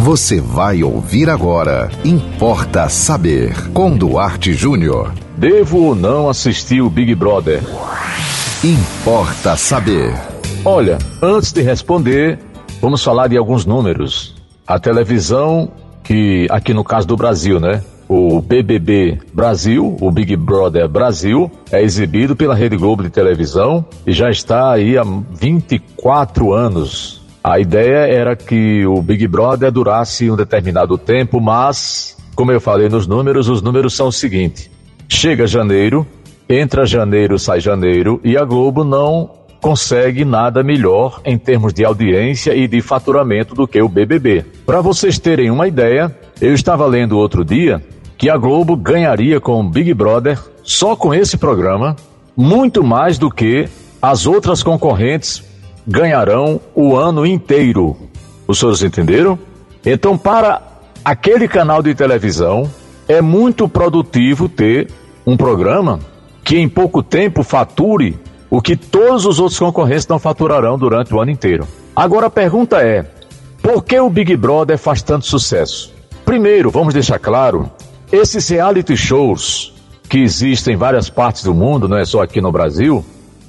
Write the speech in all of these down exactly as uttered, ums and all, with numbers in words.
Você vai ouvir agora Importa Saber, com Duarte Júnior. Devo ou não assistir o Big Brother? Importa Saber. Olha, antes de responder, vamos falar de alguns números. A televisão, que aqui no caso do Brasil, né? O B B B Brasil, o Big Brother Brasil, é exibido pela Rede Globo de televisão e já está aí há vinte e quatro anos. A ideia era que o Big Brother durasse um determinado tempo, mas, como eu falei nos números, os números são o seguinte: chega janeiro, entra janeiro, sai janeiro, e a Globo não consegue nada melhor em termos de audiência e de faturamento do que o B B B. Para vocês terem uma ideia, eu estava lendo outro dia que a Globo ganharia com o Big Brother, só com esse programa, muito mais do que as outras concorrentes ganharão o ano inteiro. Os senhores entenderam? Então, para aquele canal de televisão, é muito produtivo ter um programa que em pouco tempo fature o que todos os outros concorrentes não faturarão durante o ano inteiro. Agora a pergunta é, por que o Big Brother faz tanto sucesso? Primeiro, vamos deixar claro, esses reality shows que existem em várias partes do mundo, não é só aqui no Brasil,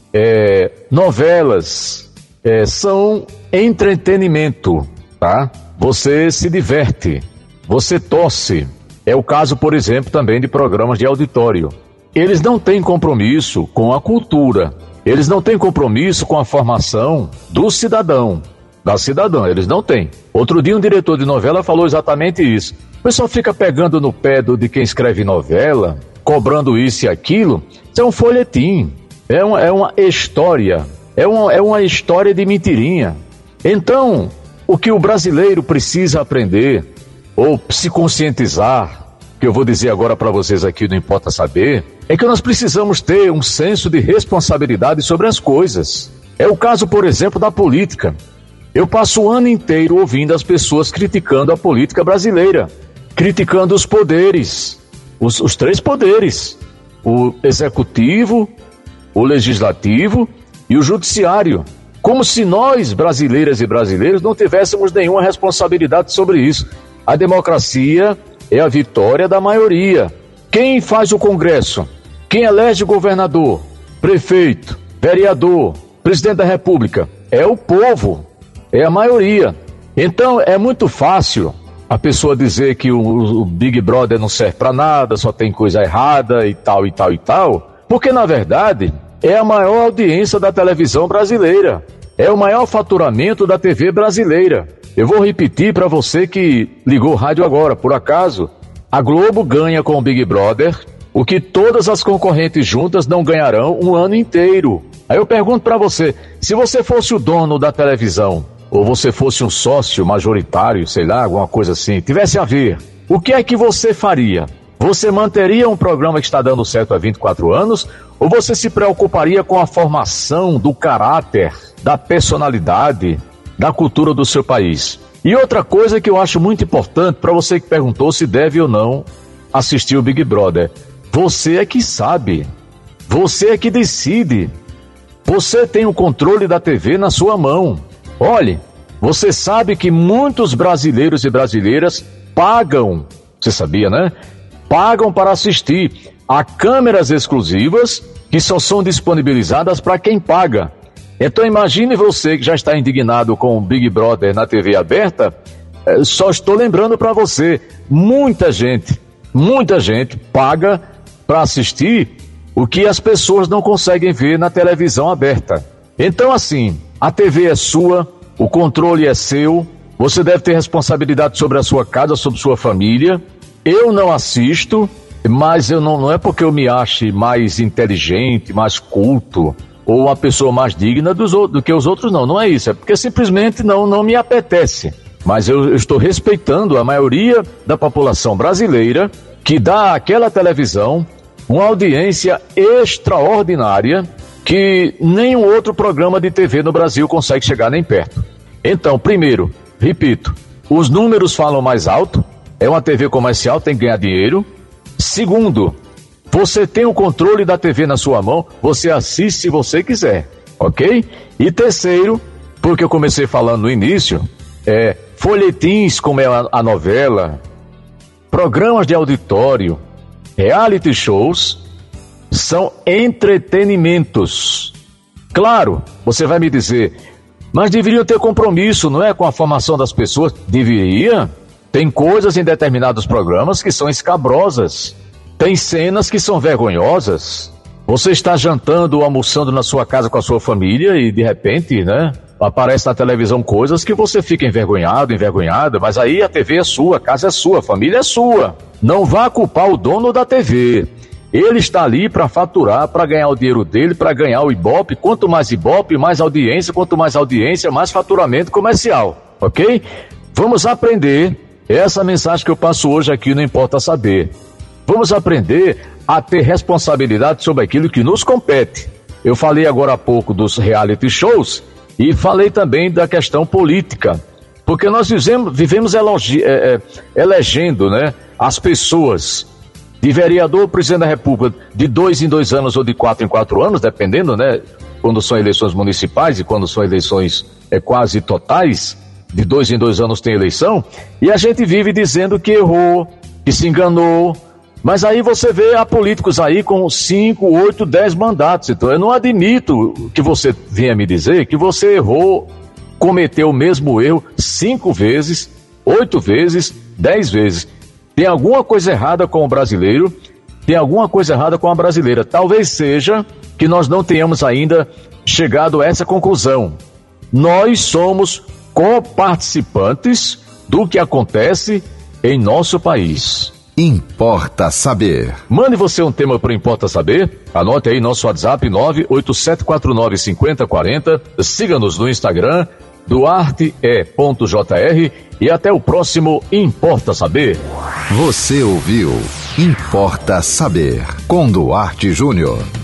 é, novelas, é, são entretenimento, tá? Você se diverte, você torce. É o caso, por exemplo, também de programas de auditório. Eles não têm compromisso com a cultura, eles não têm compromisso com a formação do cidadão, da cidadã, eles não têm. Outro dia um diretor de novela falou exatamente isso. O pessoal fica pegando no pé do, de quem escreve novela, cobrando isso e aquilo. Isso é um folhetim, é uma, é uma história, é uma, é uma história de mentirinha. Então, o que o brasileiro precisa aprender, ou se conscientizar, que eu vou dizer agora para vocês aqui, não importa saber, é que nós precisamos ter um senso de responsabilidade sobre as coisas. É o caso, por exemplo, da política. Eu passo o ano inteiro ouvindo as pessoas criticando a política brasileira, criticando os poderes, os, os três poderes, o executivo, o legislativo e o judiciário, como se nós, brasileiras e brasileiros, não tivéssemos nenhuma responsabilidade sobre isso. A democracia é a vitória da maioria. Quem faz o Congresso? Quem elege governador, prefeito, vereador, presidente da República? É o povo, é a maioria. Então é muito fácil a pessoa dizer que o, o Big Brother não serve para nada, só tem coisa errada e tal, e tal, e tal, porque na verdade é a maior audiência da televisão brasileira, é o maior faturamento da T V brasileira. Eu vou repetir para você que ligou o rádio agora, por acaso, a Globo ganha com o Big Brother o que todas as concorrentes juntas não ganharão um ano inteiro. Aí eu pergunto para você, se você fosse o dono da televisão, ou você fosse um sócio majoritário, sei lá, alguma coisa assim, tivesse a ver, o que é que você faria? Você manteria um programa que está dando certo há vinte e quatro anos, ou você se preocuparia com a formação do caráter, da personalidade, da cultura do seu país? E outra coisa que eu acho muito importante para você que perguntou se deve ou não assistir o Big Brother, você é que sabe, você é que decide, você tem o controle da T V na sua mão. Olhe, você sabe que muitos brasileiros e brasileiras pagam, você sabia, né? Pagam para assistir a câmeras exclusivas que só são disponibilizadas para quem paga. Então imagine você que já está indignado com o Big Brother na T V aberta, só estou lembrando para você, muita gente, muita gente paga para assistir o que as pessoas não conseguem ver na televisão aberta. Então assim, a T V é sua, o controle é seu, você deve ter responsabilidade sobre a sua casa, sobre sua família. Eu não assisto, mas eu não, não é porque eu me ache mais inteligente, mais culto, ou uma pessoa mais digna dos, do que os outros, não, não é isso, é porque simplesmente não, não me apetece. Mas eu, eu estou respeitando a maioria da população brasileira que dá àquela televisão uma audiência extraordinária que nenhum outro programa de T V no Brasil consegue chegar nem perto. Então, primeiro, repito, os números falam mais alto, é uma T V comercial, tem que ganhar dinheiro. Segundo, você tem o controle da T V na sua mão, você assiste se você quiser, ok? E terceiro, porque eu comecei falando no início, é, folhetins como é a, a novela, programas de auditório, reality shows, são entretenimentos. Claro, você vai me dizer, mas deveriam ter compromisso, não é, com a formação das pessoas? Deveria. Tem coisas em determinados programas que são escabrosas. Tem cenas que são vergonhosas. Você está jantando ou almoçando na sua casa com a sua família e de repente, né, aparece na televisão coisas que você fica envergonhado, envergonhada, mas aí a T V é sua, a casa é sua, a família é sua. Não vá culpar o dono da T V. Ele está ali para faturar, para ganhar o dinheiro dele, para ganhar o Ibope. Quanto mais Ibope, mais audiência. Quanto mais audiência, mais faturamento comercial. Ok? Vamos aprender. Essa mensagem que eu passo hoje aqui não importa saber. Vamos aprender a ter responsabilidade sobre aquilo que nos compete. Eu falei agora há pouco dos reality shows e falei também da questão política. Porque nós vivemos, vivemos elogi, é, é, elegendo, né, as pessoas de vereador, presidente da República, de dois em dois anos ou de quatro em quatro anos, dependendo, né? Quando são eleições municipais e quando são eleições é, quase totais, de dois em dois anos tem eleição, e a gente vive dizendo que errou, que se enganou, mas aí você vê há políticos aí com cinco, oito, dez mandatos. Então eu não admito que você venha me dizer que você errou, cometeu o mesmo erro cinco vezes, oito vezes, dez vezes. Tem alguma coisa errada com o brasileiro, tem alguma coisa errada com a brasileira. Talvez seja que nós não tenhamos ainda chegado a essa conclusão. Nós somos coparticipantes do que acontece em nosso país. Importa Saber. Mande você um tema para o Importa Saber. Anote aí nosso WhatsApp nove oito sete quatro nove cinco zero quatro zero. Siga-nos no Instagram, duarte e ponto j r, e até o próximo Importa Saber. Você ouviu Importa Saber com Duarte Júnior.